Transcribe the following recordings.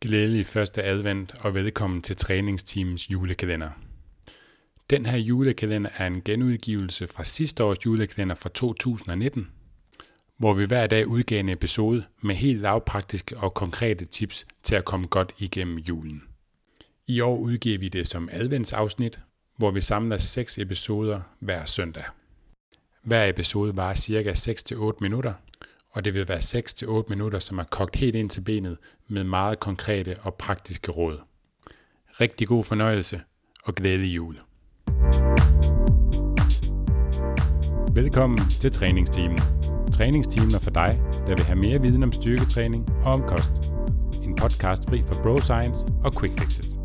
Glædelig første advent og velkommen til træningsteamets julekalender. Den her julekalender er en genudgivelse fra sidste års julekalender fra 2019, hvor vi hver dag udgav en episode med helt lavpraktiske og konkrete tips til at komme godt igennem julen. I år udgiver vi det som adventsafsnit, hvor vi samler 6 episoder hver søndag. Hver episode varer ca. 6-8 minutter, og det vil være 6-8 minutter, som er kogt helt ind til benet med meget konkrete og praktiske råd. Rigtig god fornøjelse og glædelig jul. Velkommen til træningsteamet. Træningsteamet er for dig, der vil have mere viden om styrketræning og om kost. En podcast fri for bro science og quick fixes.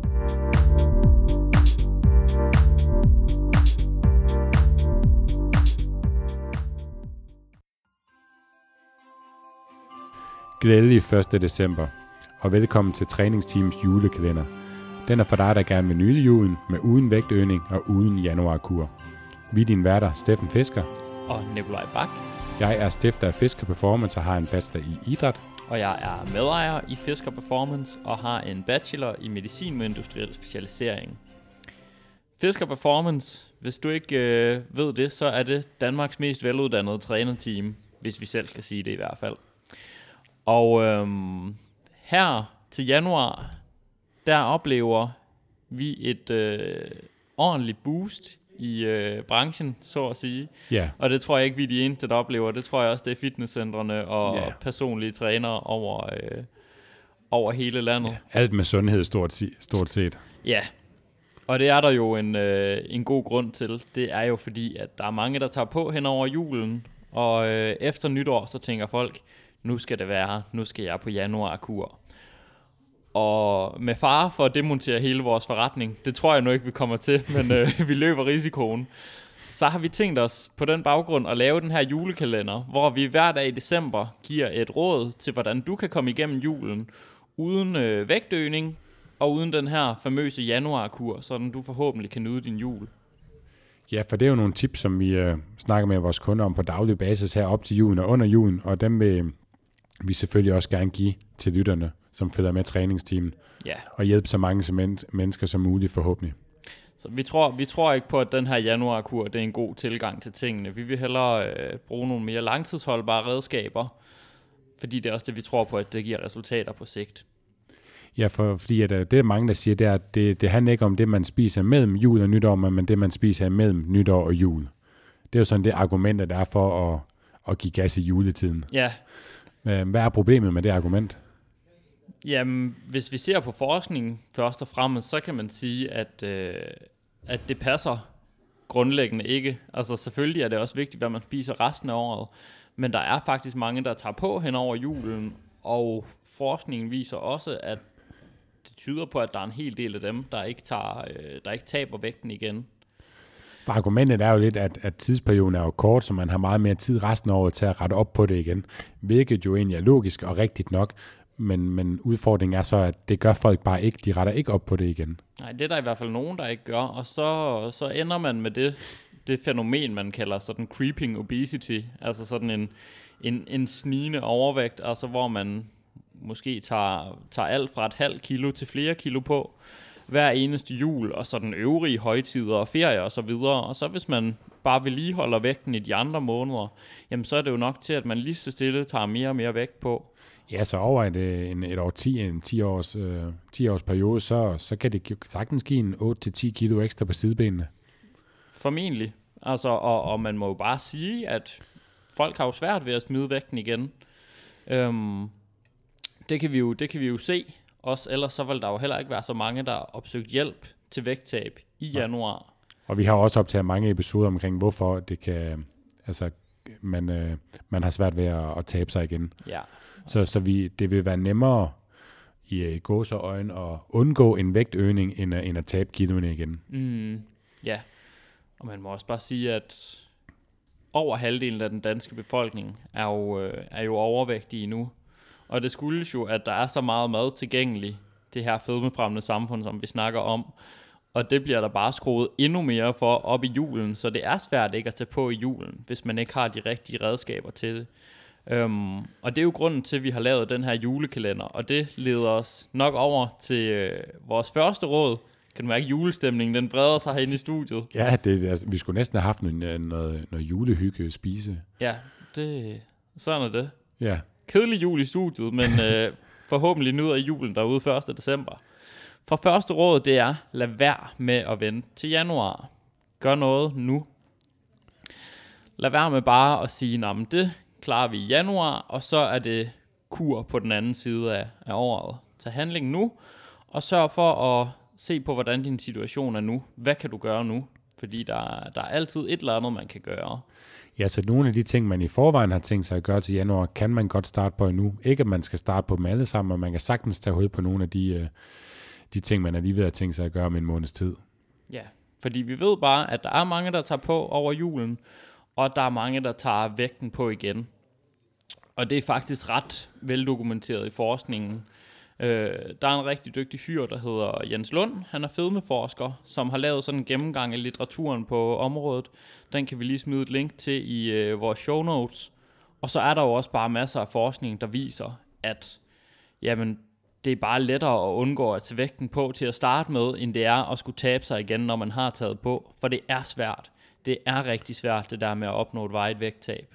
Glædelig 1. december, og velkommen til træningsteamets julekalender. Den er for dig, der gerne vil nyde julen med uden vægtøgning og uden januarkur. Vi er dine værter, Steffen Fisker og Nikolaj Bak. Jeg er stifter af Fisker Performance og har en bachelor i idræt. Og jeg er medejer i Fisker Performance og har en bachelor i medicin med industriel specialisering. Fisker Performance, hvis du ikke ved det, så er det Danmarks mest veluddannede trænerteam, hvis vi selv skal sige det i hvert fald. Og her til januar, der oplever vi et ordentligt boost i branchen, så at sige. Yeah. Og det tror jeg ikke, vi er de eneste, der oplever. Det tror jeg også, det er fitnesscentrene og personlige trænere over hele landet. Yeah. Alt med sundhed stort set. Ja, og det er der jo en god grund til. Det er jo fordi, at der er mange, der tager på hen over julen. Og efter nytår, så tænker folk, nu skal jeg på januarkur. Og med fare for at demontere hele vores forretning, det tror jeg nu ikke, vi kommer til, men vi løber risikoen. Så har vi tænkt os på den baggrund at lave den her julekalender, hvor vi hver dag i december giver et råd til, hvordan du kan komme igennem julen uden vægtøgning og uden den her famøse januarkur, så du forhåbentlig kan nyde din jul. Ja, for det er jo nogle tips, som vi snakker med vores kunder om på daglig basis her op til julen og under julen, og dem vil vi selvfølgelig også gerne give til lytterne, som følger med træningsteamet, og hjælpe så mange mennesker som muligt forhåbentlig. Så vi tror ikke på, at den her januarkur, det er en god tilgang til tingene. Vi vil hellere bruge nogle mere langtidsholdbare redskaber, fordi det er også det, vi tror på, at det giver resultater på sigt. Ja, fordi at, det er mange, der siger, det er, at det handler ikke om det, man spiser mellem jul og nytår, men det, man spiser mellem nytår og jul. Det er jo sådan det argument, der er for at give gas i juletiden. Ja. Hvad er problemet med det argument? Jamen, hvis vi ser på forskning først og fremmest, så kan man sige, at det passer grundlæggende ikke. Altså selvfølgelig er det også vigtigt, hvad man spiser resten af året, men der er faktisk mange, der tager på hen over julen, og forskningen viser også, at det tyder på, at der er en hel del af dem, der ikke taber vægten igen. For argumentet er jo lidt, at tidsperioden er jo kort, så man har meget mere tid resten af året til at rette op på det igen. Hvilket jo egentlig er logisk og rigtigt nok, men udfordringen er så, at det gør folk bare ikke. De retter ikke op på det igen. Nej, det er der i hvert fald nogen, der ikke gør. Og så ender man med det fænomen, man kalder sådan creeping obesity. Altså sådan en snigende overvægt, altså hvor man måske tager alt fra et halvt kilo til flere kilo på hver eneste jul, og så den øvrige højtider og ferier og så videre. Og så hvis man bare vedligeholder vægten i de andre måneder, jamen så er det jo nok til, at man lige så stille tager mere og mere vægt på. Ja, så over et årti, en 10 års periode, så kan det sagtens give en 8-10 kilo ekstra på sidebenene. Formentlig. Altså, og man må jo bare sige, at folk har jo svært ved at smide vægten igen. Det kan vi jo se. Også, ellers så vil der jo heller ikke være så mange, der har opsøgt hjælp til vægttab i januar. Og vi har også optaget mange episoder omkring, hvorfor det kan, altså, man har svært ved at tabe sig igen. Ja. Så det vil være nemmere i gåseøjne at undgå en vægtøgning, end at tabe kiloene igen. Ja, og man må også bare sige, at over halvdelen af den danske befolkning er jo overvægtige nu. Og det skyldes jo, at der er så meget mad tilgængelig, det her fedmefremmende samfund, som vi snakker om. Og det bliver der bare skruet endnu mere for op i julen, så det er svært ikke at tage på i julen, hvis man ikke har de rigtige redskaber til det. Og det er jo grunden til, at vi har lavet den her julekalender, og det leder os nok over til vores første råd. Kan du mærke julestemningen, den breder sig herinde i studiet? Ja, vi skulle næsten have haft noget julehygge spise. Ja, sådan er det. Ja. Kedelig jul i studiet, men forhåbentlig nyder I julen derude 1. december. For første råd, det er, lad være med at vente til januar. Gør noget nu. Lad være med bare at sige, nah, det klarer vi i januar, og så er det kur på den anden side af året. Tag handling nu, og sørg for at se på, hvordan din situation er nu. Hvad kan du gøre nu? Fordi der er altid et eller andet, man kan gøre. Ja, så nogle af de ting, man i forvejen har tænkt sig at gøre til januar, kan man godt starte på nu. Ikke at man skal starte på dem alle sammen, og man kan sagtens tage hul på nogle af de ting, man er lige ved at tænke sig at gøre om en måneds tid. Ja, fordi vi ved bare, at der er mange, der tager på over julen, og der er mange, der tager vægten på igen. Og det er faktisk ret veldokumenteret i forskningen. Der er en rigtig dygtig fyr, der hedder Jens Lund. Han er fedmeforsker, som har lavet sådan en gennemgang af litteraturen på området. Den kan vi lige smide et link til i vores show notes. Og så er der jo også bare masser af forskning, der viser, at jamen, det er bare lettere at undgå at tage vægten på til at starte med, end det er at skulle tabe sig igen, når man har taget på. For det er svært. Det er rigtig svært, det der med at opnå et varigt vægttab.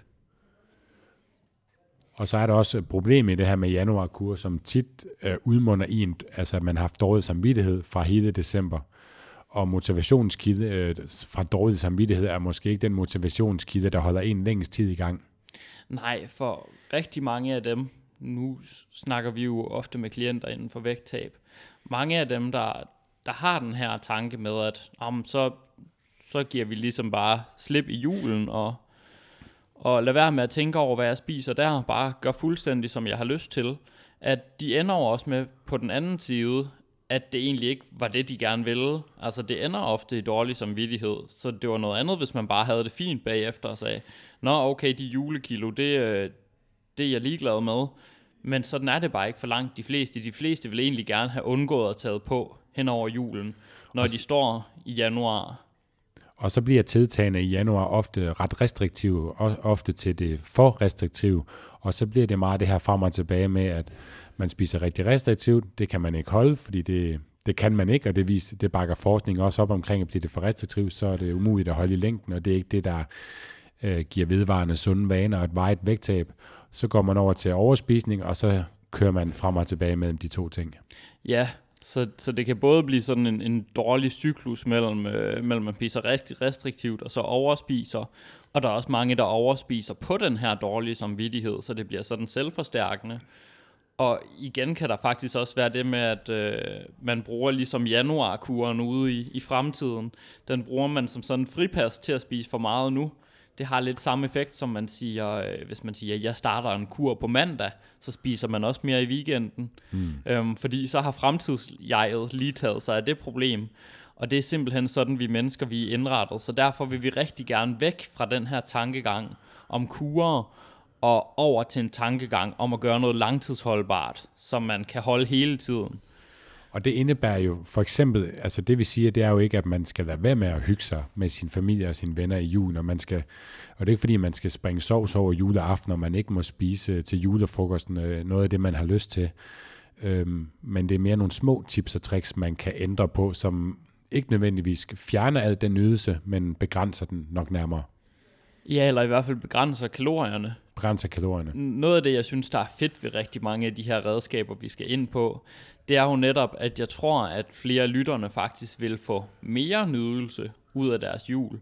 Og så er der også et problem i det her med januarkur, som tit udmunder i at man har haft dårlig samvittighed fra hele december. Og motivationskilde fra dårlig samvittighed er måske ikke den motivationskilde, der holder en længst tid i gang. Nej, for rigtig mange af dem, nu snakker vi jo ofte med klienter inden for vægttab, mange af dem, der har den her tanke med, at så giver vi ligesom bare slip i julen, og lad være med at tænke over, hvad jeg spiser der, bare gør fuldstændig, som jeg har lyst til, at de ender også med på den anden side, at det egentlig ikke var det, de gerne ville. Altså det ender ofte i dårlig samvittighed, så det var noget andet, hvis man bare havde det fint bagefter og sagde, nå okay, de julekilo, det er jeg ligeglad med, men sådan er det bare ikke for langt de fleste. De fleste vil egentlig gerne have undgået at tage på hen over julen, når de står i januar. Og så bliver tiltagene i januar ofte ret restriktive, og ofte til det for restriktive, og så bliver det meget det her frem og tilbage med, at man spiser rigtig restriktivt. Det kan man ikke holde, fordi det kan man ikke, og det bakker forskning også op omkring, at det er for restriktivt, så er det umuligt at holde i længden, og det er ikke det, der giver vedvarende sunde vaner og et varigt vægttab. Så går man over til overspisning, og så kører man frem og tilbage mellem de to ting. Ja, så det kan både blive sådan en dårlig cyklus mellem man spiser rigtig restriktivt og så overspiser, og der er også mange, der overspiser på den her dårlige samvittighed, så det bliver sådan selvforstærkende. Og igen kan der faktisk også være det med, at man bruger ligesom januarkuren ude i fremtiden. Den bruger man som sådan en fripas til at spise for meget nu. Det har lidt samme effekt, som man siger, hvis man siger, at jeg starter en kur på mandag, så spiser man også mere i weekenden. Fordi så har fremtidsjeget lige taget sig af det problem. Og det er simpelthen sådan, vi mennesker vi er indrettet. Så derfor vil vi rigtig gerne væk fra den her tankegang om kurer, og over til en tankegang om at gøre noget langtidsholdbart, som man kan holde hele tiden. Og det indebærer jo for eksempel, altså det vi siger, det er jo ikke, at man skal lade være med at hygge sig med sin familie og sine venner i julen, og det er ikke fordi, man skal springe sovs over juleaften, og man ikke må spise til julefrokosten noget af det, man har lyst til. Men det er mere nogle små tips og tricks, man kan ændre på, som ikke nødvendigvis fjerner al den nydelse, men begrænser den nok nærmere. Ja, eller i hvert fald begrænser kalorierne. Noget af det, jeg synes, der er fedt ved rigtig mange af de her redskaber, vi skal ind på, det er jo netop, at jeg tror, at flere af lytterne faktisk vil få mere nydelse ud af deres jul.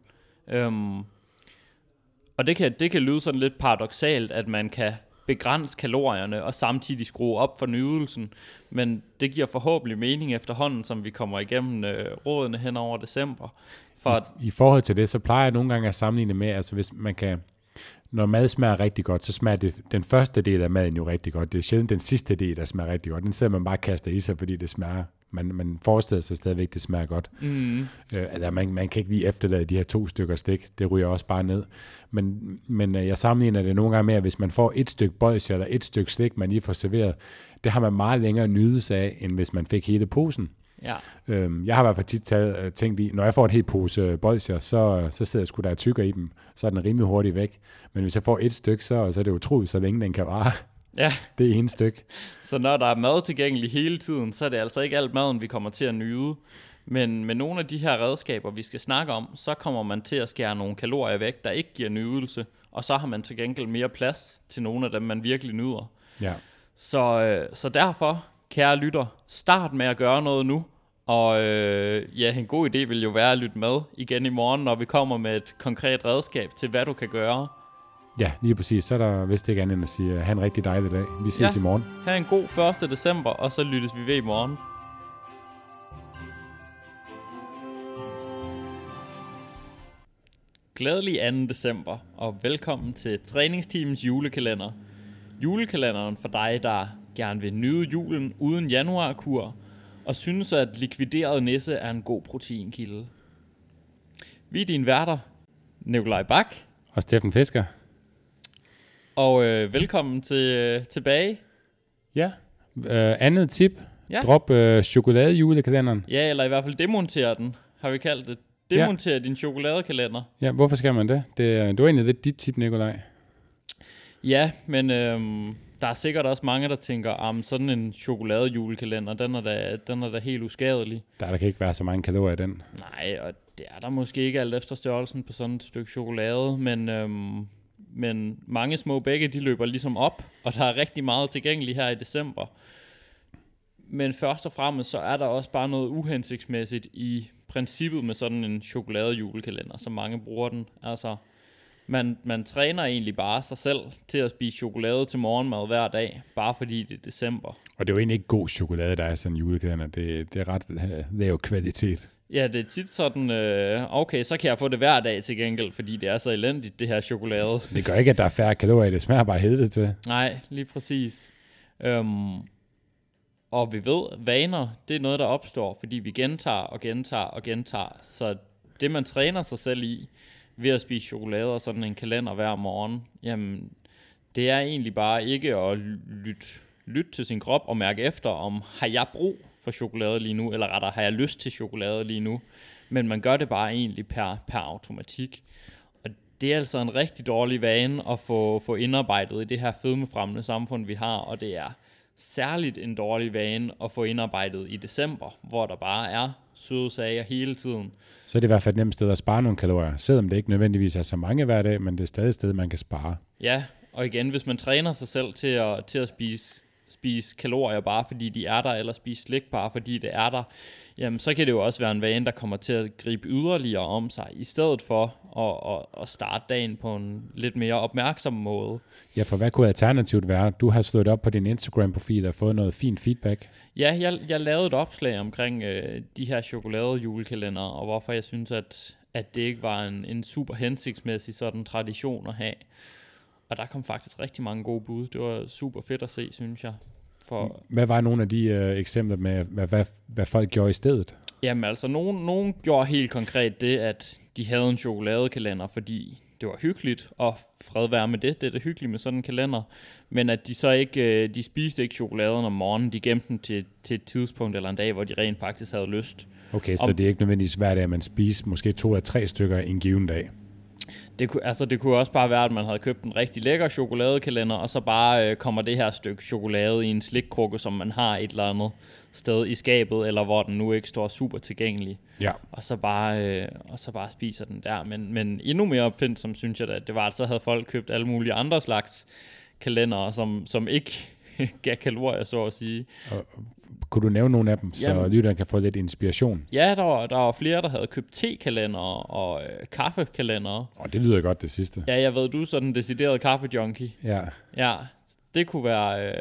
Og det kan lyde sådan lidt paradoksalt, at man kan begrænse kalorierne og samtidig skrue op for nydelsen. Men det giver forhåbentlig mening efterhånden, som vi kommer igennem rådene hen over december. I forhold til det, så plejer jeg nogle gange at sammenligne med, altså hvis man kan, når mad smager rigtig godt, så smager det den første del af maden jo rigtig godt. Det er sjældent den sidste del, der smager rigtig godt. Den sidder man bare kaster i sig, fordi det smager. Man forestiller sig stadigvæk, det smager godt. Eller man kan ikke lige efterlade de her 2 stykker stik. Det ryger også bare ned. Men jeg sammenligner det nogle gange med, at hvis man får et stykke bolsje eller et stykke slik, man lige får serveret, det har man meget længere nydelse af, end hvis man fik hele posen. Ja. Jeg har i hvert fald tit tænkt i, når jeg får en hel pose bolsjer, så sidder jeg sgu der og tykker i dem, så er den rimelig hurtigt væk. Men hvis jeg får et stykke, så er det utroligt, så længe den kan vare. Ja. Det er en stykke. Så når der er mad tilgængelig hele tiden, så er det altså ikke alt maden, vi kommer til at nyde. Men med nogle af de her redskaber, vi skal snakke om, så kommer man til at skære nogle kalorier væk, der ikke giver nydelse. Og så har man til gengæld mere plads til nogle af dem, man virkelig nyder. Ja. Så derfor, kære lytter, start med at gøre noget nu. Og en god idé vil jo være at lytte med igen i morgen, når vi kommer med et konkret redskab til, hvad du kan gøre. Ja, lige præcis. Så er der vist ikke andet end at sige, have en rigtig dejlig dag. Vi ses i morgen. Ha' en god 1. december, og så lyttes vi ved i morgen. Glædelig 2. december, og velkommen til træningsteamens julekalender. Julekalenderen for dig, der gerne vil nyde julen uden januarkur, og synes, at likvideret nisse er en god proteinkilde. Vi er dine værter, Nikolaj Bak. Og Steffen Fisker. Og velkommen tilbage. Ja, andet tip. Ja. Drop chokoladejulekalenderen. Ja, eller i hvert fald demontere den, har vi kaldt det. Demontere din chokoladekalender. Ja, hvorfor skal man det? Det var egentlig lidt dit tip, Nikolaj. Ja, men der er sikkert også mange, der tænker, sådan en chokoladejulekalender, den er da helt uskadelig. Der kan ikke være så mange kalorier i den. Nej, og det er der måske ikke alt efter størrelsen på sådan et stykke chokolade, men mange små bække, de løber ligesom op, og der er rigtig meget tilgængeligt her i december. Men først og fremmest, så er der også bare noget uhensigtsmæssigt i princippet med sådan en chokoladejulekalender, som mange bruger den. Altså, man træner egentlig bare sig selv til at spise chokolade til morgenmad hver dag, bare fordi det er december. Og det er jo egentlig ikke god chokolade, der er sådan en julekalender. Det er ret lav kvalitet. Ja, det er tit sådan, okay, så kan jeg få det hver dag til gengæld, fordi det er så elendigt, det her chokolade. Det gør ikke, at der er færre kalorier, det smager bare helvede til. Nej, lige præcis. Og vi ved, vaner, det er noget, der opstår, fordi vi gentager. Så det, man træner sig selv i, ved at spise chokolade og sådan en kalender hver morgen, jamen, det er egentlig bare ikke at lytte til sin krop og mærke efter, om har jeg brug for chokolade lige nu, eller rettere har jeg lyst til chokolade lige nu. Men man gør det bare egentlig per automatik. Og det er altså en rigtig dårlig vane at få indarbejdet i det her fedmefremmende samfund, vi har, og det er særligt en dårlig vane at få indarbejdet i december, hvor der bare er søde sager hele tiden. Så er det i hvert fald et nemt sted at spare nogle kalorier, selvom det ikke nødvendigvis er så mange hver dag, men det er stadig et sted, man kan spare. Ja, og igen, hvis man træner sig selv til at spise kalorier bare fordi de er der, eller spise slik bare fordi det er der, jamen så kan det jo også være en vane, der kommer til at gribe yderligere om sig, i stedet for at starte dagen på en lidt mere opmærksom måde. Ja, for hvad kunne alternativet være? Du har slået op på din Instagram-profil og fået noget fint feedback. Ja, jeg lavede et opslag omkring de her chokolade-julekalender, og hvorfor jeg synes, at det ikke var en super hensigtsmæssig sådan tradition at have. Og der kom faktisk rigtig mange gode bud. Det var super fedt at se, synes jeg. Hvad var nogle af de eksempler med, hvad folk gjorde i stedet? Jamen altså, nogen gjorde helt konkret det, at de havde en chokoladekalender, fordi det var hyggeligt, og fred være med det. Det er da hyggeligt med sådan en kalender. Men at de så ikke, de spiste ikke chokoladen om morgenen, de gemte den til et tidspunkt eller en dag, hvor de rent faktisk havde lyst. Okay, så det er ikke nødvendigvis hver dag, at man spiser måske 2 eller 3 stykker en given dag? Det kunne også bare være, at man havde købt en rigtig lækker chokoladekalender, og så bare kommer det her stykke chokolade i en slikkrukke, som man har et eller andet sted i skabet, eller hvor den nu ikke står super tilgængelig. Ja. Og så bare spiser den der. Men endnu mere opfindsomt, synes jeg, at det var, at så havde folk købt alle mulige andre slags kalendere, som ikke gav kalorier, så at sige. Kunne du nævne nogle af dem, så lytteren kan få lidt inspiration? Ja, der var flere, der havde købt tekalendere og kaffekalendere. Det lyder godt, det sidste. Ja, jeg ved, du er sådan en decideret kaffejunkie. Ja, det kunne være...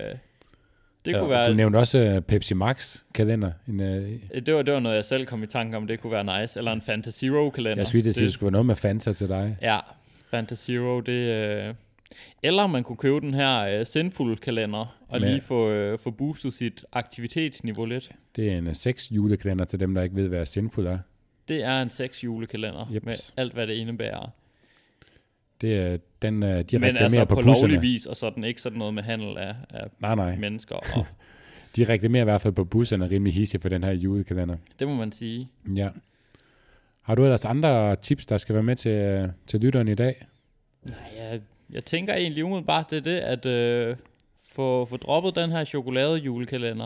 Du nævnte også Pepsi Max kalender. Det var noget, jeg selv kom i tanke om, det kunne være nice. Eller en Fanta Zero kalender. Jeg synes, det skulle være noget med Fanta til dig. Ja, Fanta Zero, det... Eller man kunne købe den her Sinful kalender og lige få boostet sit aktivitetsniveau lidt. Det er en 6 julekalender til dem, der ikke ved, hvad Sinful er. Det er en 6 julekalender med alt, hvad det indebærer. Det er den, de men altså på lovlig vis, og sådan ikke sådan noget med handel af mennesker. De reklamerer i hvert fald på busserne rimelig hissige for den her julekalender. Det må man sige. Ja. Har du ellers andre tips, der skal være med til lytteren i dag? Nej, jeg tænker egentlig umiddelbart, det er det, at få droppet den her chokolade-julekalender.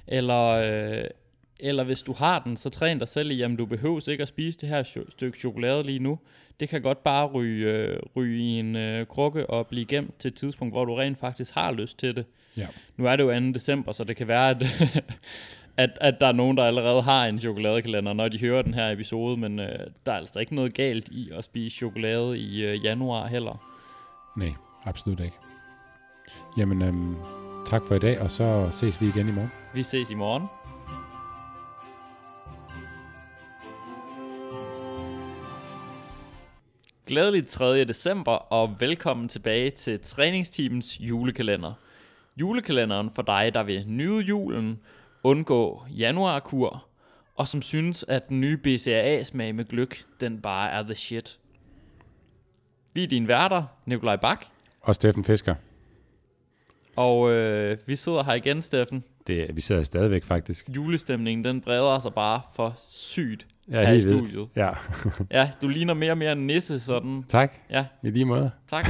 Eller hvis du har den, så træn dig selv i, jamen du behøver ikke at spise det her stykke chokolade lige nu. Det kan godt bare ryge i en krukke og blive gemt til et tidspunkt, hvor du rent faktisk har lyst til det. Ja. Nu er det jo 2. december, så det kan være, at der er nogen, der allerede har en chokoladekalender, når de hører den her episode, men der er altså ikke noget galt i at spise chokolade i januar heller. Nej, absolut ikke. Jamen, tak for i dag, og så ses vi igen i morgen. Vi ses i morgen. Glædelig 3. december, og velkommen tilbage til træningsteamens julekalender. Julekalenderen for dig, der vil nyde julen, undgå januarkur, og som synes, at den nye BCAA-smag med gløgg, den bare er the shit. Vi er dine værter, Nikolaj Bak. Og Steffen Fisker. Og vi sidder her igen, Steffen. Vi sidder stadigvæk, faktisk. Julestemningen, den breder sig bare for sygt her i studiet. Vildt. Ja. Ja, du ligner mere og mere en nisse, sådan. Tak. Ja. I lige måde. Tak.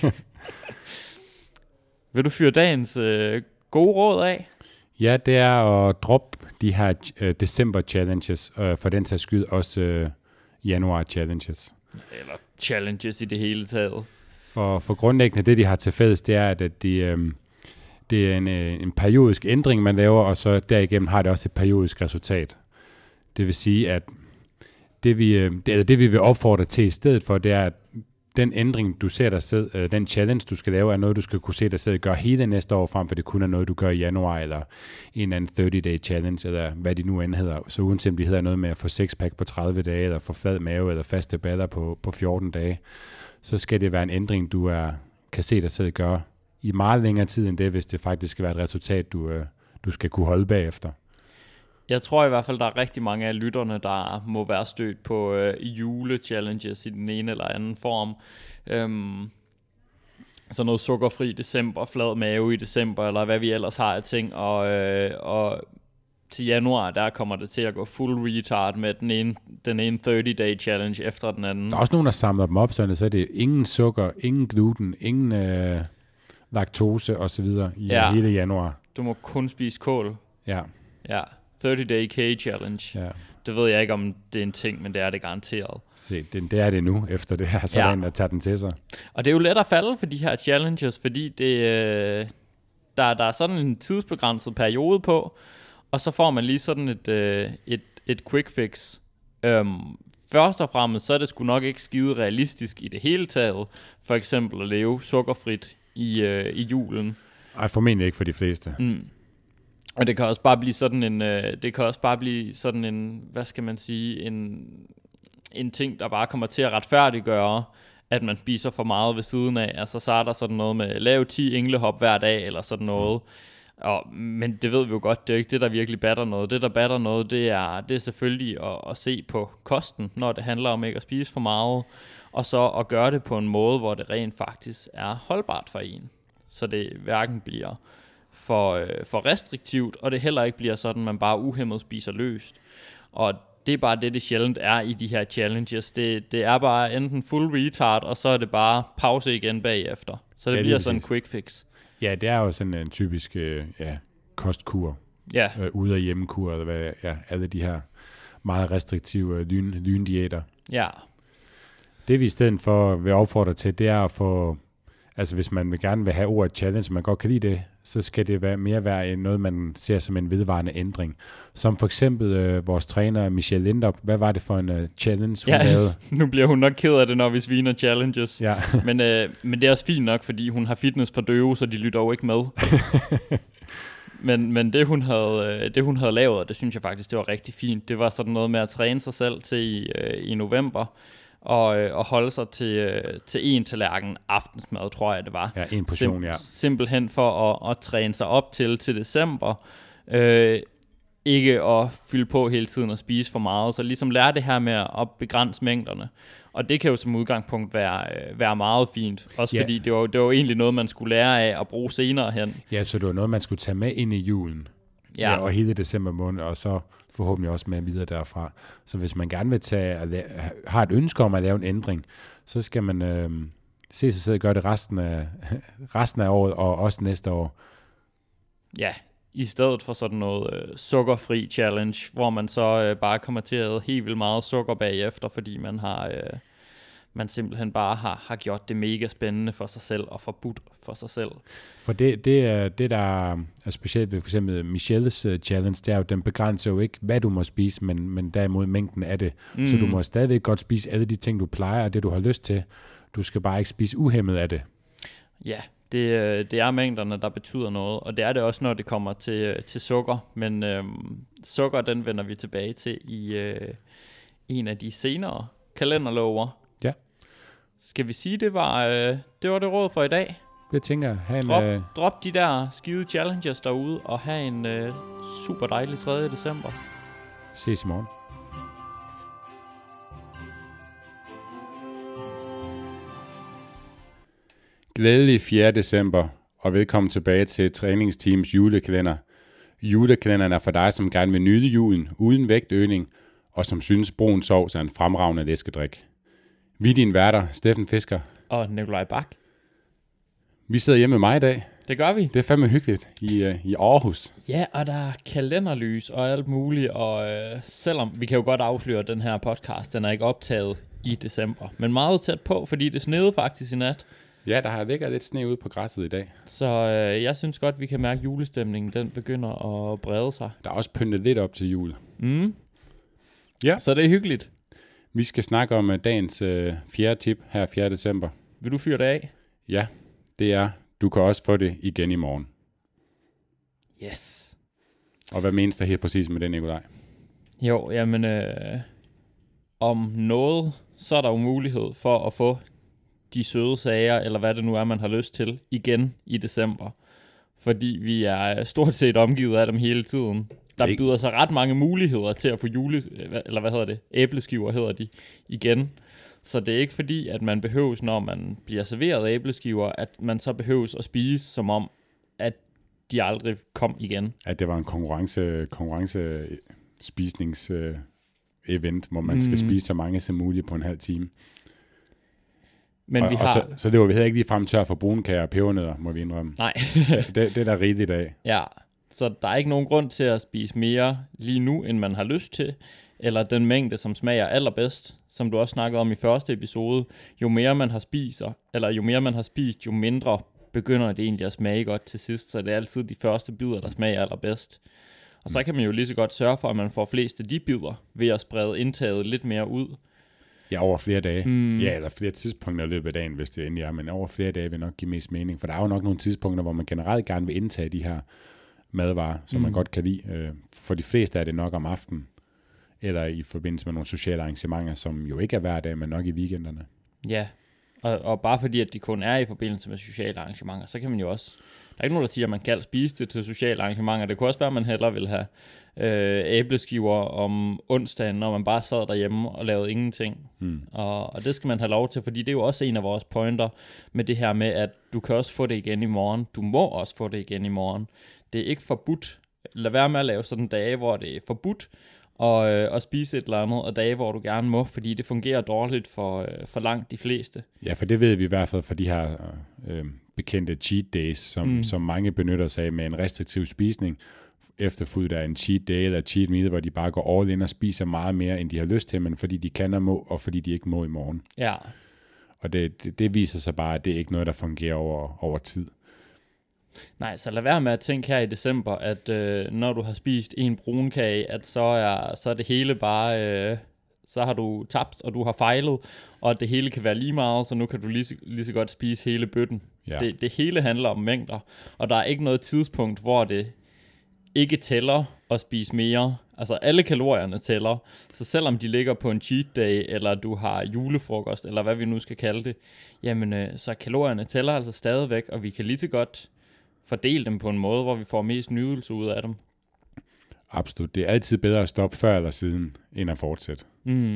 Vil du fyre dagens gode råd af? Ja, det er at droppe de her december challenges, for den sags skyld også januar challenges. Eller challenges i det hele taget. For grundlæggende, det de har til fælles, det er, at det er en periodisk ændring, man laver, og så derigennem har det også et periodisk resultat. Det vil sige, at det vi vil opfordre til i stedet for, det er, at den ændring, du ser dig selv, den challenge, du skal lave, er noget, du skal kunne se dig selv gøre hele næste år, frem for det kun er noget, du gør i januar, eller en eller anden 30-day challenge, eller hvad det nu end hedder. Så uanset om det hedder noget med at få sixpack på 30 dage, eller få flad mave, eller faste baller på 14 dage, så skal det være en ændring, du kan se dig selv gøre i meget længere tid end det, hvis det faktisk skal være et resultat, du skal kunne holde bagefter. Jeg tror i hvert fald, der er rigtig mange af lytterne, der må være stødt på jule-challenges i den ene eller anden form. Så noget sukkerfri december, flad mave i december, eller hvad vi ellers har af ting. Og til januar, der kommer det til at gå full retard med den ene 30-day challenge efter den anden. Der er også nogen, der samler dem op, så er det ingen sukker, ingen gluten, ingen laktose osv. i hele januar. Du må kun spise kål. Ja. 30-day K-challenge. Ja. Det ved jeg ikke, om det er en ting, men det er det garanteret. Se, det er det nu, efter det her, så er der en, der tager den til sig. Og det er jo let at falde for de her challenges, fordi der er sådan en tidsbegrænset periode på, og så får man lige sådan et quick fix. Først og fremmest, så er det sgu nok ikke skide realistisk i det hele taget, for eksempel at leve sukkerfrit i julen. Ej, formentlig ikke for de fleste. Og det kan også bare blive sådan en, hvad skal man sige, en ting, der bare kommer til at retfærdiggøre, at man spiser for meget ved siden af. Altså så er der sådan noget med, lave 10 englehop hver dag, eller sådan noget. Men det ved vi jo godt, det er ikke det, der virkelig batter noget. Det, der batter noget, det er selvfølgelig at se på kosten, når det handler om ikke at spise for meget, og så at gøre det på en måde, hvor det rent faktisk er holdbart for en. Så det hverken bliver for restriktivt, og det heller ikke bliver sådan, man bare uhæmmet spiser løst. Og det er bare det sjældent er i de her challenges. Det er bare enten full retard, og så er det bare pause igen bagefter. Så det bliver sådan en quick fix. Ja, det er jo sådan en typisk kostkur. Ja. Ude af hjemmekur, eller hvad, alle de her meget restriktive lyndiæter. Ja. Det vi i stedet for vil opfordre til, det er at få, altså hvis man gerne vil have ordet challenge, man godt kan lide det, så skal det mere være noget, man ser som en vedvarende ændring. Som for eksempel vores træner Michelle Lindop. Hvad var det for en challenge, hun lavede? Nu bliver hun nok ked af det, når vi sviner challenges. Ja. men det er også fint nok, fordi hun har fitness for døve, så de lytter jo ikke med. men det hun havde lavet, og det synes jeg faktisk, det var rigtig fint. Det var sådan noget med at træne sig selv til i november, og holde sig til en tallerken aftensmad, tror jeg det var. Ja, en portion, Simpelthen for at træne sig op til december. Ikke at fylde på hele tiden og spise for meget. Så ligesom lære det her med at begrænse mængderne. Og det kan jo som udgangspunkt være meget fint. Også fordi det var egentlig noget, man skulle lære af at bruge senere hen. Ja, så det var noget, man skulle tage med ind i julen. Ja, og hele december måned, og så forhåbentlig også med videre derfra. Så hvis man gerne vil har et ønske om at lave en ændring, så skal man se sig selv gøre det resten af året, og også næste år. Ja, i stedet for sådan noget sukkerfri challenge, hvor man så bare kommer til at æde helt vildt meget sukker bagefter, fordi man simpelthen bare har gjort det mega spændende for sig selv og forbudt for sig selv. For det der er specielt ved for eksempel Michelles challenge, det er jo, den begrænser jo ikke, hvad du må spise, men derimod mængden af det. Så du må stadigvæk godt spise alle de ting, du plejer, og det du har lyst til. Du skal bare ikke spise uhæmmet af det. Ja, det er mængderne, der betyder noget, og det er det også, når det kommer til sukker. Men sukker, den vender vi tilbage til i en af de senere kalenderlover. Ja. Skal vi sige, det var det råd for i dag? Jeg tænker, drop de der skide challenges derude, og have en super dejlig 3. december. Ses i morgen. Glædelig 4. december, og velkommen tilbage til træningsteams julekalender. Julekalenderen er for dig, som gerne vil nyde julen uden vægtøgning, og som synes brun sovs er en fremragende læskedrik. Vi er dine værter, Steffen Fisker og Nikolaj Bak. Vi sidder hjemme med mig i dag. Det gør vi. Det er fandme hyggeligt i Aarhus. Ja, og der er kalenderlys og alt muligt, og selvom vi kan jo godt afsløre, at den her podcast, den er ikke optaget i december, men meget tæt på, fordi det snede faktisk i nat. Ja, der har ligget lidt sne ude på græsset i dag. Så jeg synes godt, vi kan mærke, at julestemningen den begynder at brede sig. Der er også pyntet lidt op til jul. Ja. Så det er hyggeligt. Vi skal snakke om dagens 4. tip her 4. december. Vil du fyre det af? Ja, det er, du kan også få det igen i morgen. Yes. Og hvad menes der helt præcis med det, Nikolaj? Jo, jamen om noget, så er der jo mulighed for at få de søde sager, eller hvad det nu er, man har lyst til, igen i december. Fordi vi er stort set omgivet af dem hele tiden. Der byder sig ret mange muligheder til at få æbleskiver hedder de, igen. Så det er ikke fordi, at man behøves, når man bliver serveret æbleskiver, at man så behøves at spise, som om, at de aldrig kom igen. At det var en konkurrencespisnings-event, hvor man skal spise så mange som muligt på en halv time. Men så det var vi heller ikke lige frem tør for brunkager og pebernødder, må vi indrømme. Nej. det er der rigeligt af. Ja, så der er ikke nogen grund til at spise mere lige nu, end man har lyst til. Eller den mængde, som smager allerbedst, som du også snakkede om i første episode. Jo mere man har spist, jo mindre begynder det egentlig at smage godt til sidst. Så det er altid de første bidder, der smager allerbedst. Og så kan man jo lige så godt sørge for, at man får flest af de bidder, ved at sprede indtaget lidt mere ud. Ja, over flere dage. Ja, eller flere tidspunkter i løbet af dagen, hvis det endelig er. Men over flere dage vil nok give mest mening. For der er jo nok nogle tidspunkter, hvor man generelt gerne vil indtage de her madvarer, som man godt kan lide. For de fleste er det nok om aftenen, eller i forbindelse med nogle sociale arrangementer, som jo ikke er hver dag, men nok i weekenderne. Ja, og bare fordi, at de kun er i forbindelse med sociale arrangementer, så kan man jo også... Der er ikke nogen, der siger, at man kan spise det til sociale arrangementer. Det kunne også være, at man hellere vil have æbleskiver om onsdagen, når man bare sad derhjemme og lavede ingenting. Og det skal man have lov til, fordi det er jo også en af vores pointer med det her med, at du kan også få det igen i morgen. Du må også få det igen i morgen. Det er ikke forbudt. Lad være med at lave sådan dage, hvor det er forbudt og spise et eller andet, og dage, hvor du gerne må, fordi det fungerer dårligt for langt de fleste. Ja, for det ved vi i hvert fald for de her bekendte cheat days, som mange benytter sig af med en restriktiv spisning, efterfulgt af en cheat day eller cheat meal, hvor de bare går all in og spiser meget mere, end de har lyst til, men fordi de kan og må, og fordi de ikke må i morgen. Ja. Og det viser sig bare, at det er ikke noget, der fungerer over tid. Nej, så lad være med at tænke her i december, at når du har spist en brunkage, at så er det hele bare, så har du tabt, og du har fejlet, og at det hele kan være lige meget, så nu kan du lige så godt spise hele bøtten. Ja. Det hele handler om mængder, og der er ikke noget tidspunkt, hvor det ikke tæller at spise mere. Altså alle kalorierne tæller, så selvom de ligger på en cheat day, eller du har julefrokost, eller hvad vi nu skal kalde det, jamen så kalorierne tæller altså stadigvæk, og vi kan lige så godt fordele dem på en måde, hvor vi får mest nydelse ud af dem. Absolut. Det er altid bedre at stoppe før eller siden, end at fortsætte.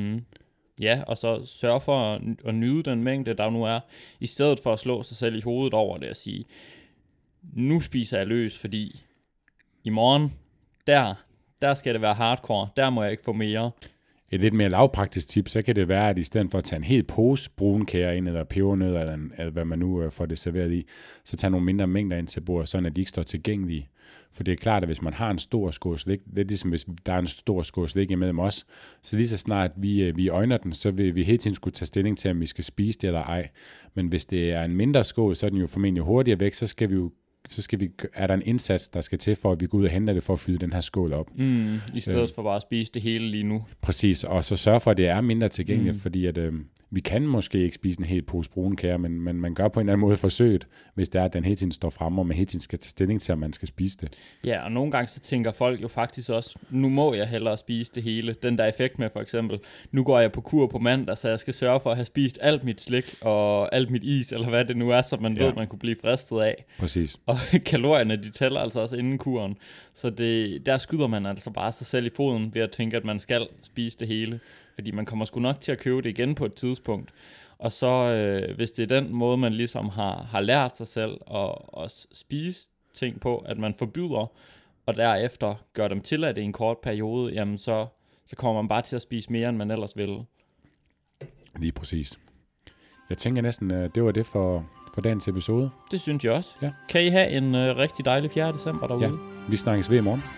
Ja, og så sørge for at nyde den mængde, der nu er, i stedet for at slå sig selv i hovedet over det og sige, nu spiser jeg løs, fordi i morgen, der skal det være hardcore. Der må jeg ikke få mere. Et lidt mere lavpraktisk tip, så kan det være, at i stedet for at tage en hel pose brunkager ind, eller pebernødder, eller hvad man nu får det serveret i, så tage nogle mindre mængder ind til bordet, sådan at de ikke står tilgængelige. For det er klart, at hvis man har en stor skål slik, det er ligesom hvis der er en stor skål slik imellem os, så lige så snart vi øjner den, så vil vi hele tiden skulle tage stilling til, om vi skal spise det eller ej. Men hvis det er en mindre skål, så er den jo formentlig hurtigere væk, så er der en indsats, der skal til for, at vi går ud og henter det for at fylde den her skål op. I stedet for bare at spise det hele lige nu. Præcis, og så sørge for, at det er mindre tilgængeligt, fordi at, vi kan måske ikke spise en hel pose brunkager, men man gør på en eller anden måde forsøget, hvis det er, at den hele tiden står frem, og man hele tiden skal tage stilling til, om man skal spise det. Ja, og nogle gange så tænker folk jo faktisk også, nu må jeg hellere spise det hele. Den der effekt med for eksempel, nu går jeg på kur på mandag, så jeg skal sørge for at have spist alt mit slik og alt mit is, eller hvad det nu er, så man ved, man kunne blive fristet af. Præcis. Og kalorierne, de tæller altså også inden kuren. Så der skyder man altså bare sig selv i foden ved at tænke, at man skal spise det hele. Fordi man kommer sgu nok til at købe det igen på et tidspunkt. Og så, hvis det er den måde, man ligesom har lært sig selv at spise ting på, at man forbyder, og derefter gør dem tilladt i en kort periode, jamen så kommer man bare til at spise mere, end man ellers ville. Lige præcis. Jeg tænker næsten, det var det for dagens episode. Det synes jeg også. Ja. Kan I have en rigtig dejlig 4. december derude? Ja, vi snakkes ved i morgen.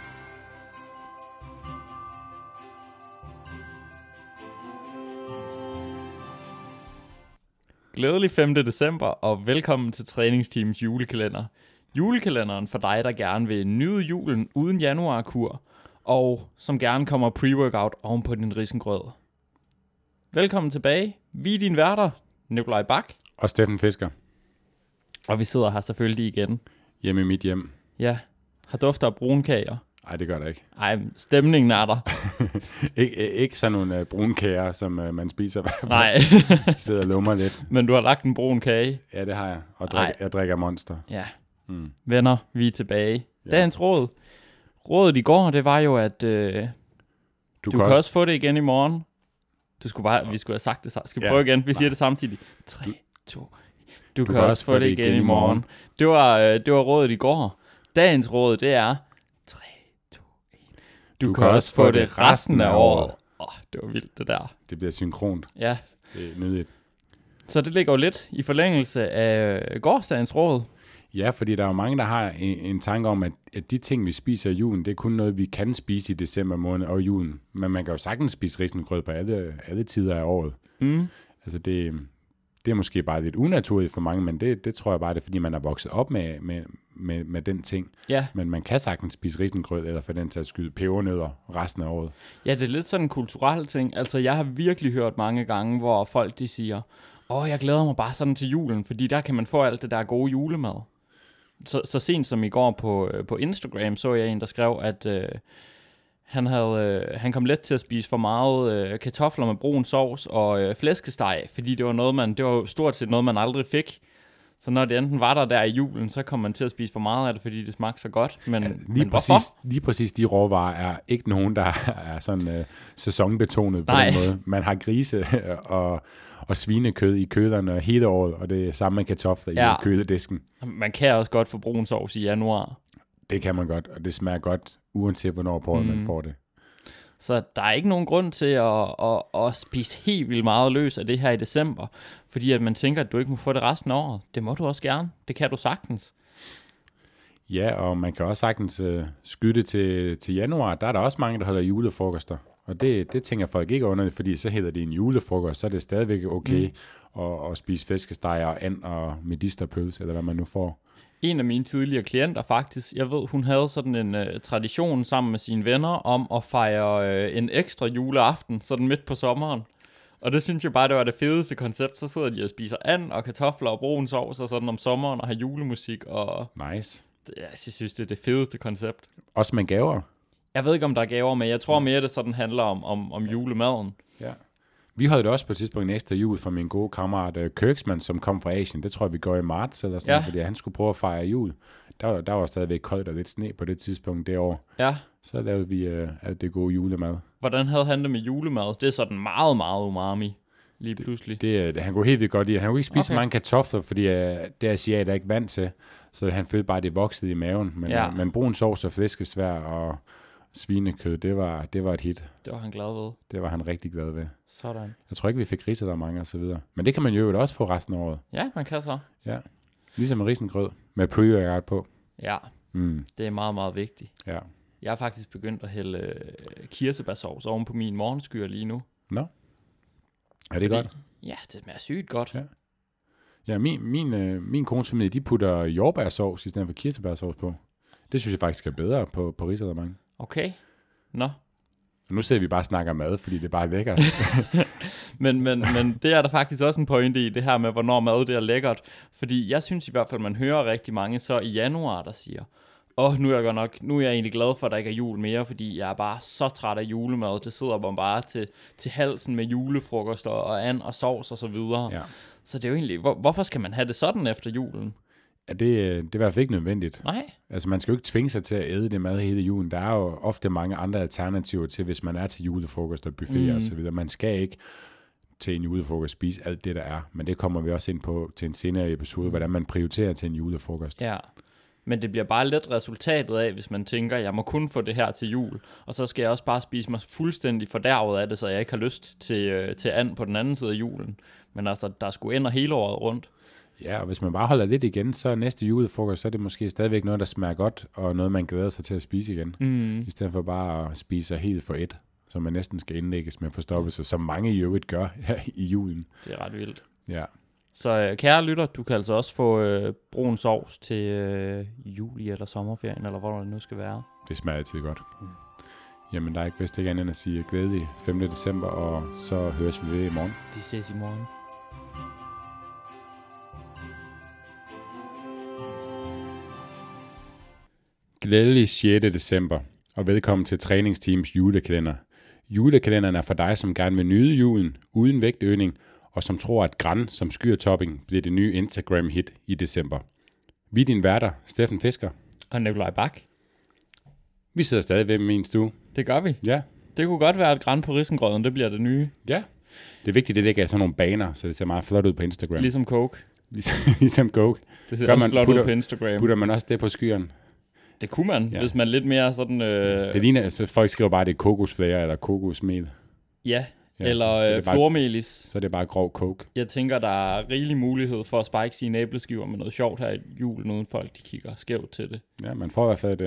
Glædelig 5. december, og velkommen til Træningsteams julekalender. Julekalenderen for dig, der gerne vil nyde julen uden januarkur, og som gerne kommer pre-workout oven på din risengrød. Velkommen tilbage. Vi er dine værter, Nikolaj Bak. Og Steffen Fisker. Og vi sidder her selvfølgelig igen. Hjemme i mit hjem. Ja, har dufter af brunkager. Nej, det gør det ikke. Ej, stemningen er der. ikke sådan nogle brunkager, som man spiser. Nej. Sidder og lummer lidt. Men du har lagt en brun kage. Ja, det har jeg. Og jeg drikker Monster. Ja. Venner, vi er tilbage. Ja. Dagens råd. Rådet i går, det var jo, at du kan også få det igen i morgen. Vi skulle have sagt det. Skal vi prøve igen? Vi siger det samtidig. 3, 2, Du kan også få det igen i morgen. Det var rådet i går. Dagens råd, det er 3, 2, 1. Du kan også få det resten af året. Det var vildt, det der. Det bliver synkront. Ja. Det er nydeligt. Så det ligger jo lidt i forlængelse af gårsdagens råd. Ja, fordi der er jo mange, der har en tanke om, at de ting, vi spiser i julen, det er kun noget, vi kan spise i december måned og julen. Men man kan jo sagtens spise risengrød på alle tider af året. Altså det er måske bare lidt unaturligt for mange, men det tror jeg bare, det er, fordi man er vokset op med den ting. Ja. Men man kan sagtens spise risengrød, eller for den til at skyde pebernødder resten af året. Ja, det er lidt sådan en kulturel ting. Altså, jeg har virkelig hørt mange gange, hvor folk de siger, jeg glæder mig bare sådan til julen, fordi der kan man få alt det der gode julemad. Så sent som i går på Instagram, så jeg en, der skrev, at han kom let til at spise for meget kartofler med brun sovs og flæskesteg, fordi det var stort set noget, man aldrig fik. Så når det enten var der i julen, så kom man til at spise for meget af det, fordi det smagte så godt. Men lige præcis de råvarer er ikke nogen, der er sådan sæsonbetonet på den måde. Man har grise og svinekød i køderne hele året, og det er samme med kartofler i køledisken. Man kan også godt få brun sovs i januar. Det kan man godt, og det smager godt, uanset hvornår på året man får det. Så der er ikke nogen grund til at spise helt vildt meget løs af det her i december, fordi at man tænker, at du ikke må få det resten af året. Det må du også gerne. Det kan du sagtens. Ja, og man kan også sagtens skyde til januar. Der er der også mange, der holder julefrokoster. Og det tænker folk ikke under, fordi så hedder det en julefrokost, så er det stadigvæk okay at spise fiskesteg og and og medisterpølse, eller hvad man nu får. En af mine tidligere klienter faktisk, jeg ved, hun havde sådan en tradition sammen med sine venner om at fejre en ekstra juleaften, sådan midt på sommeren. Og det synes jeg bare, det var det fedeste koncept. Så sidder de og spiser and og kartofler og brun sovs og sådan om sommeren og har julemusik. Og nice. Jeg synes, det er det fedeste koncept. Også med gaver? Jeg ved ikke, om der er gaver, men jeg tror mere, det sådan handler om julemaden. Ja. Vi havde det også på et tidspunkt næste jul fra min gode kammerat Kirksman, som kom fra Asien. Det tror jeg, vi går i marts eller sådan noget, fordi han skulle prøve at fejre jul. Der var stadigvæk koldt og lidt sne på det tidspunkt det år. Ja. Så lavede vi alt det gode julemad. Hvordan havde han det med julemad? Det er sådan meget, meget umami lige pludselig. Han kunne helt vildt godt lide. Han kunne ikke spise så mange kartofler, fordi det er asiater ikke vant til. Så han følte bare, at det voksede i maven. Men brun sovs og flæskesvær svinekød, det var et hit. Det var han glad ved. Det var han rigtig glad ved. Sådan. Jeg tror ikke, vi fik risalamande og så videre. Men det kan man jo også få resten af året. Ja, man kan så. Ja. Ligesom med risengrød. Med pre-workout på. Ja, det er meget, meget vigtigt. Ja. Jeg har faktisk begyndt at hælde kirsebærsovs oven på min morgenskyr lige nu. Nå. Er det godt? Ja, det smager sygt godt. Ja. Ja, min kones familie, de putter jordbærsovs i stedet for kirsebærsovs på. Det synes jeg faktisk er bedre på risalamande. Okay. Nå. Og nu sidder vi bare og snakker mad, fordi det er bare lækkert. men det er der faktisk også en pointe i, det her med, hvornår mad det er lækkert. Fordi jeg synes i hvert fald, man hører rigtig mange så i januar, der siger, nu er jeg egentlig glad for, at der ikke er jul mere, fordi jeg er bare så træt af julemad. Det sidder man bare til halsen med julefrokoster og and og sovs og så videre. Ja. Så det er jo egentlig, hvorfor skal man have det sådan efter julen? Ja, det er i hvert fald ikke nødvendigt. Nej. Altså, man skal jo ikke tvinge sig til at æde det mad hele julen. Der er jo ofte mange andre alternativer til, hvis man er til julefrokost og buffet og så videre. Man skal ikke til en julefrokost spise alt det, der er. Men det kommer vi også ind på til en senere episode, hvordan man prioriterer til en julefrokost. Ja, men det bliver bare lidt resultatet af, hvis man tænker, jeg må kun få det her til jul, og så skal jeg også bare spise mig fuldstændig fordærvet af det, så jeg ikke har lyst til and på den anden side af julen. Men altså, der skulle ender hele året rundt. Ja, og hvis man bare holder lidt igen, så næste julefrokost, så er det måske stadigvæk noget, der smager godt, og noget, man glæder sig til at spise igen. I stedet for bare at spise sig helt for et, så man næsten skal indlægges med forstoppelse, som mange i øvrigt gør her i julen. Det er ret vildt. Ja. Så kære lytter, du kan altså også få brun sovs til juli eller sommerferien, eller hvor det nu skal være. Det smager altid godt. Jamen, der er ikke bedst ikke andet end at sige glædelig 5. december, og så høres vi ved i morgen. Vi ses i morgen. Glædelig 6. december, og velkommen til Træningsteams julekalender. Julekalenderen er for dig, som gerne vil nyde julen uden vægtøgning, og som tror, at græn som skyrtopping bliver det nye Instagram-hit i december. Vi er dine værter, Steffen Fisker. Og Nikolaj Bak. Vi sidder stadig ved min stue. Det gør vi. Ja. Det kunne godt være, at græn på risengrøden, det bliver det nye. Ja. Det er vigtigt, at det ikke er sådan nogle baner, så det ser meget flot ud på Instagram. Ligesom Coke. Ligesom Coke. Det ser også flot ud på Instagram. Putter man også det på skyeren? Det kunne man, hvis man lidt mere sådan... Det ligner, altså folk skriver bare, at det er kokosflager eller kokosmel. Ja, eller flormelis. Så er det bare grov coke. Jeg tænker, der er rigelig mulighed for at spike sine æbleskiver med noget sjovt her i julen, uden folk de kigger skævt til det. Ja, man får i hvert fald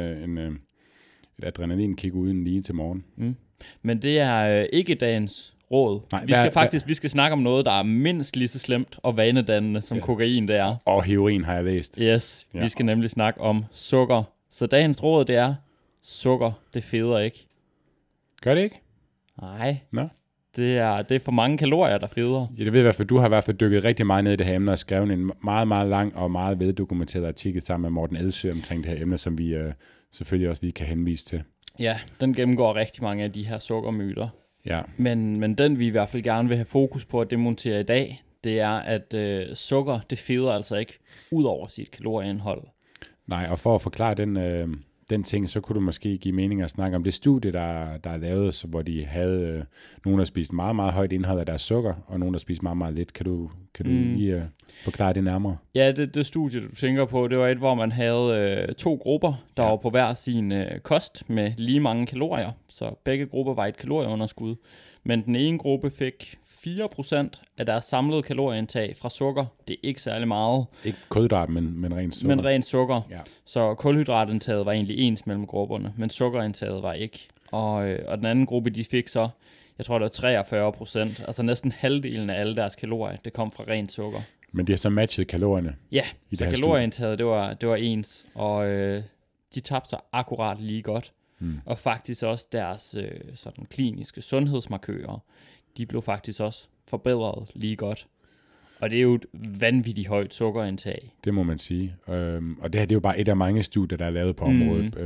et adrenalinkick uden lige til morgen. Men det er ikke dagens råd. Nej, vi skal snakke om noget, der er mindst lige så slemt og vanedannende, som kokain det er. Og heroin har jeg læst. Yes, vi skal nemlig snakke om sukker. Så dagens råd, det er, sukker, det feder ikke. Gør det ikke? Nej. Nå. Det er for mange kalorier, der feder. Ja, det ved jeg i hvert fald. Du har i hvert fald dykket rigtig meget ned i det her emne og skrevet en meget, meget lang og meget veldokumenteret artikel sammen med Morten Elsø omkring det her emne, som vi selvfølgelig også lige kan henvise til. Ja, den gennemgår rigtig mange af de her sukkermyter. Ja. Men den vi i hvert fald gerne vil have fokus på at demontere i dag, det er, at sukker, det feder altså ikke ud over sit kalorieindhold. Nej, og for at forklare den ting, så kunne du måske give mening at snakke om det studie, der er lavet, så hvor de havde nogen, der spiste meget, meget højt indhold af deres sukker, og nogen, der spiste meget, meget lidt. Kan du lige forklare det nærmere? Ja, det studie, du tænker på, det var et, hvor man havde 2 grupper, der var på hver sin kost med lige mange kalorier. Så begge grupper var et kalorieunderskud. Men den ene gruppe fik 4% af deres samlede kalorieindtag fra sukker. Det er ikke særlig meget. Ikke kulhydrat, men rent sukker. Men rent sukker. Ja. Så kulhydratindtaget var egentlig ens mellem grupperne, men sukkerindtaget var ikke. Og den anden gruppe, de fik så, jeg tror det var 43%, altså næsten halvdelen af alle deres kalorier, det kom fra rent sukker. Men de har så matchet kalorierne? Ja, så kalorieindtaget, det var ens, og de tabte sig akkurat lige godt. Og faktisk også deres sådan kliniske sundhedsmarkører, de blev faktisk også forbedret lige godt. Og det er jo et vanvittigt højt sukkerindtag. Det må man sige. Og det her, det er jo bare et af mange studier, der er lavet på området.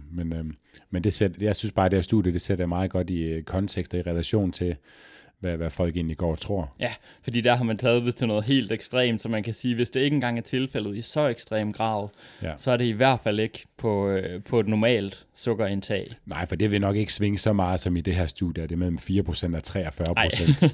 Men jeg synes bare, at det her studie, det sætter meget godt i kontekst og i relation til, hvad folk egentlig går og tror. Ja, fordi der har man taget det til noget helt ekstremt, så man kan sige, hvis det ikke engang er tilfældet i så ekstrem grad, så er det i hvert fald ikke på et normalt sukkerindtag. Nej, for det vil nok ikke svinge så meget som i det her studie. Det er mellem 4% og 43%.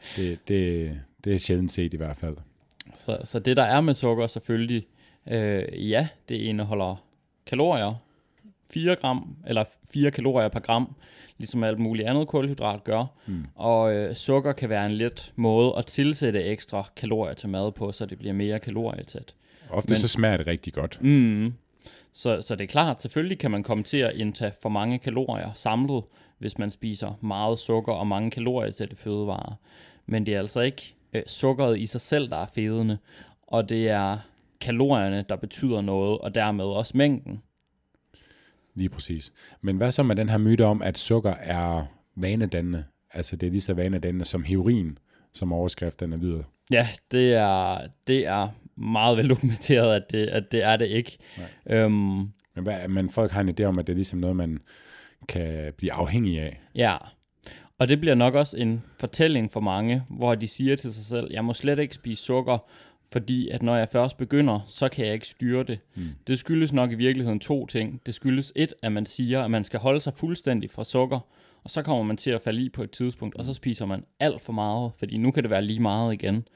det er sjældent set i hvert fald. Så det, der er med sukker selvfølgelig, det indeholder kalorier, 4 gram, eller 4 kalorier per gram, ligesom alt muligt andet kulhydrat gør. Og sukker kan være en let måde at tilsætte ekstra kalorier til mad på, så det bliver mere kalorietæt. Ofte så smager det rigtig godt. Så det er klart, selvfølgelig kan man komme til at indtage for mange kalorier samlet, hvis man spiser meget sukker og mange kalorietætte fødevarer. Men det er altså ikke sukkeret i sig selv, der er fedende, og det er kalorierne, der betyder noget, og dermed også mængden. Lige præcis. Men hvad så med den her myte om, at sukker er vanedannende? Altså det er lige så vanedannende som heroin, som overskrifterne lyder. Ja, det er meget veldokumenteret, at det er det ikke. Men folk har en idé om, at det er ligesom noget, man kan blive afhængig af. Ja, og det bliver nok også en fortælling for mange, hvor de siger til sig selv, jeg må slet ikke spise sukker, fordi at når jeg først begynder, så kan jeg ikke styre det. Det skyldes nok i virkeligheden 2 ting. Det skyldes 1, at man siger, at man skal holde sig fuldstændig fra sukker, og så kommer man til at falde i på et tidspunkt, og så spiser man alt for meget, fordi nu kan det være lige meget igen.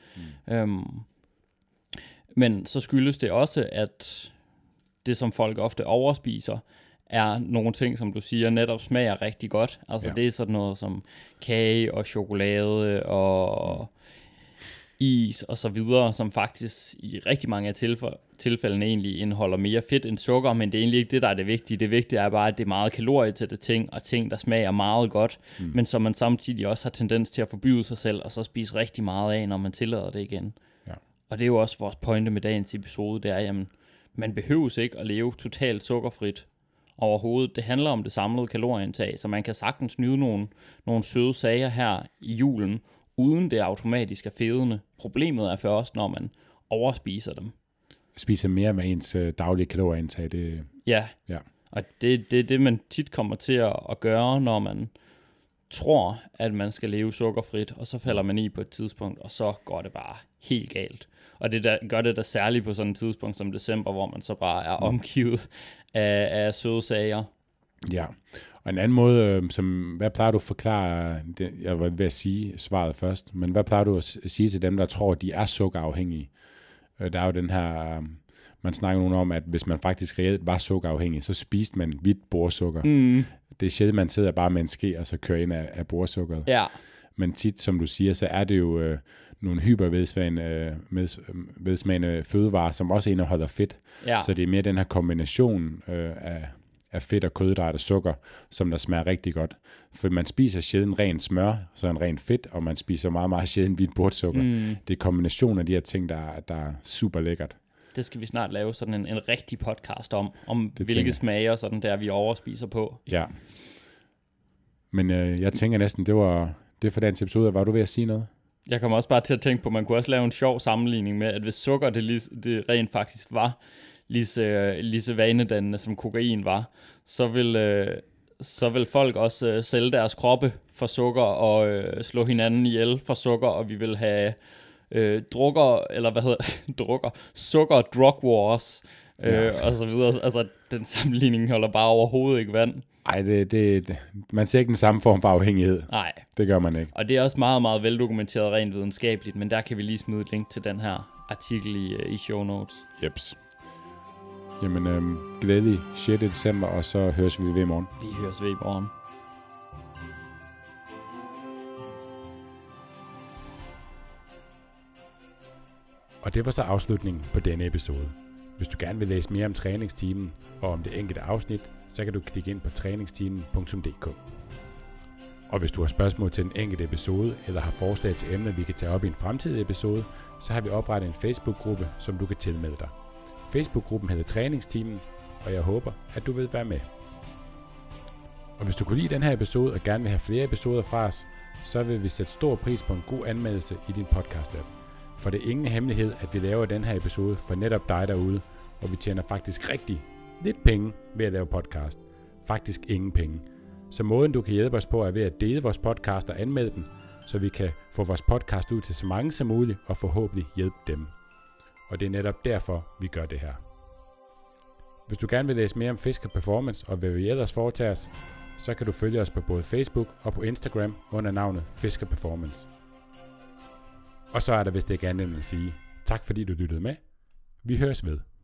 Men så skyldes det også, at det, som folk ofte overspiser, er nogle ting, som du siger, netop smager rigtig godt. Altså det er sådan noget som kage og chokolade og is og så videre, som faktisk i rigtig mange af tilfældene egentlig indeholder mere fedt end sukker, men det er egentlig ikke det, der er det vigtige. Det vigtige er bare, at det er meget kalorietætte ting, og ting, der smager meget godt, men som man samtidig også har tendens til at forbyde sig selv, og så spise rigtig meget af, når man tillader det igen. Ja. Og det er jo også vores pointe med dagens episode, det er, jamen, man behøves ikke at leve totalt sukkerfrit overhovedet. Det handler om det samlede kalorieindtag, så man kan sagtens nyde nogle søde sager her i julen, uden det automatisk er fedende. Problemet er først, når man overspiser dem. Spiser mere med ens daglige kalorieindtag. Det... Ja, og det er det, man tit kommer til at gøre, når man tror, at man skal leve sukkerfrit, og så falder man i på et tidspunkt, og så går det bare helt galt. Og det gør det da særligt på sådan et tidspunkt som december, hvor man så bare er omgivet af søde sager. Ja, og en anden måde, hvad plejer du at forklare, jeg var ved at sige svaret først, men hvad plejer du at sige til dem, der tror, de er sukkerafhængige? Der er jo den her, man snakker nogen om, at hvis man faktisk reelt var sukkerafhængig, så spiste man hvidt bordsukker. Det er sjældent, man sidder bare med en ske, og så kører ind af bordsukkeret. Ja. Men tit, som du siger, så er det jo nogle hypervedsmagende fødevarer, som også indeholder fedt. Ja. Så det er mere den her kombination af fedt og kulhydrat og sukker, som der smager rigtig godt. For man spiser sjældent ren smør, så en ren fedt, og man spiser meget, meget sjældent hvidt bordsukker. Det er kombinationen af de her ting, der er super lækkert. Det skal vi snart lave sådan en rigtig podcast om hvilke smager sådan der, vi overspiser på. Ja. Men jeg tænker næsten, det for dagens episode. Var du ved at sige noget? Jeg kommer også bare til at tænke på, at man kunne også lave en sjov sammenligning med, at hvis sukker det rent faktisk var lige så vanedannende som kokain var, så vil folk også sælge deres kroppe for sukker og slå hinanden ihjel for sukker, og vi vil have sukker drug wars og så videre. Altså den sammenligning holder bare overhovedet ikke vand. Nej, man ser ikke den samme form for afhængighed. Nej. Det gør man ikke. Og det er også meget, meget veldokumenteret rent videnskabeligt, men der kan vi lige smide et link til den her artikel i show notes. Jeps. Jamen, glædelig 6. december, og så høres vi ved i morgen. Vi høres ved i morgen. Og det var så afslutningen på denne episode. Hvis du gerne vil læse mere om træningsteamen og om det enkelte afsnit, så kan du klikke ind på træningsteamen.dk. Og hvis du har spørgsmål til den enkelte episode, eller har forslag til emner, vi kan tage op i en fremtidig episode, så har vi oprettet en Facebook-gruppe, som du kan tilmelde dig. Facebook-gruppen hedder Træningsteamen, og jeg håber, at du vil være med. Og hvis du kunne lide den her episode og gerne vil have flere episoder fra os, så vil vi sætte stor pris på en god anmeldelse i din podcast-app. For det er ingen hemmelighed, at vi laver den her episode for netop dig derude, og vi tjener faktisk rigtig lidt penge ved at lave podcast. Faktisk ingen penge. Så måden du kan hjælpe os på er ved at dele vores podcast og anmelde den, så vi kan få vores podcast ud til så mange som muligt og forhåbentlig hjælpe dem. Og det er netop derfor, vi gør det her. Hvis du gerne vil læse mere om Fisker Performance og hvad vi ellers foretager os, så kan du følge os på både Facebook og på Instagram under navnet Fisker Performance. Og så er der vist ikke andet end at sige tak fordi du lyttede med. Vi høres ved.